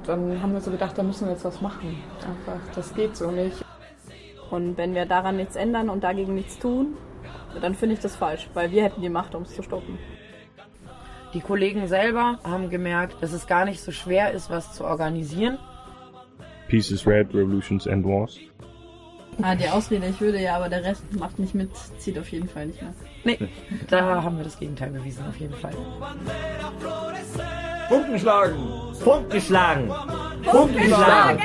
dann haben wir so gedacht, da müssen wir jetzt was machen. Einfach, das geht so nicht. Und wenn wir daran nichts ändern und dagegen nichts tun, dann finde ich das falsch, weil wir hätten die Macht, um es zu stoppen. Die Kollegen selber haben gemerkt, dass es gar nicht so schwer ist, was zu organisieren. Peace is red, revolutions end wars. Die Ausrede, ich würde ja, aber der Rest macht nicht mit, zieht auf jeden Fall nicht mehr. Nee, da haben wir das Gegenteil bewiesen, auf jeden Fall. Funken schlagen! Funken schlagen! Funken schlagen!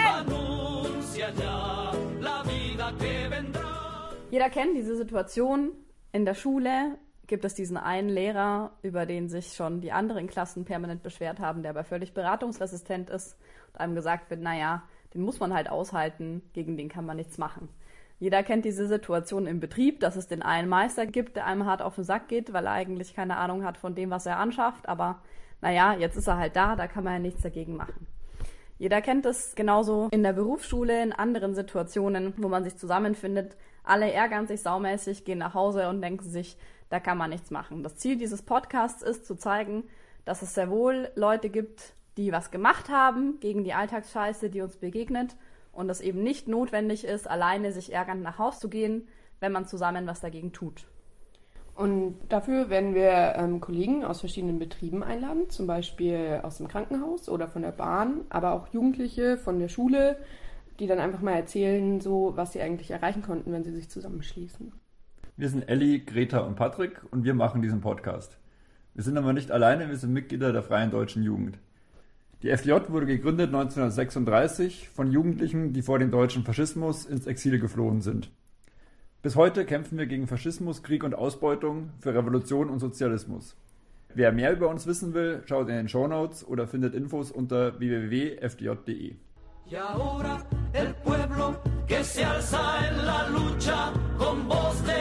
Jeder kennt diese Situation. In der Schule gibt es diesen einen Lehrer, über den sich schon die anderen Klassen permanent beschwert haben, der aber völlig beratungsresistent ist und einem gesagt wird, naja, den muss man halt aushalten, gegen den kann man nichts machen. Jeder kennt diese Situation im Betrieb, dass es den einen Meister gibt, der einem hart auf den Sack geht, weil er eigentlich keine Ahnung hat von dem, was er anschafft, aber naja, jetzt ist er halt da kann man ja nichts dagegen machen. Jeder kennt es genauso in der Berufsschule, in anderen Situationen, wo man sich zusammenfindet. Alle ärgern sich saumäßig, gehen nach Hause und denken sich, da kann man nichts machen. Das Ziel dieses Podcasts ist, zu zeigen, dass es sehr wohl Leute gibt, die was gemacht haben gegen die Alltagsscheiße, die uns begegnet und es eben nicht notwendig ist, alleine sich ärgernd nach Hause zu gehen, wenn man zusammen was dagegen tut. Und dafür werden wir Kollegen aus verschiedenen Betrieben einladen, zum Beispiel aus dem Krankenhaus oder von der Bahn, aber auch Jugendliche von der Schule, die dann einfach mal erzählen, so was sie eigentlich erreichen konnten, wenn sie sich zusammenschließen. Wir sind Elli, Greta und Patrick und wir machen diesen Podcast. Wir sind aber nicht alleine, wir sind Mitglieder der Freien Deutschen Jugend. Die FDJ wurde gegründet 1936 von Jugendlichen, die vor dem deutschen Faschismus ins Exil geflohen sind. Bis heute kämpfen wir gegen Faschismus, Krieg und Ausbeutung, für Revolution und Sozialismus. Wer mehr über uns wissen will, schaut in den Shownotes oder findet Infos unter www.fdj.de. Y ahora el pueblo que se alza en la lucha con voz de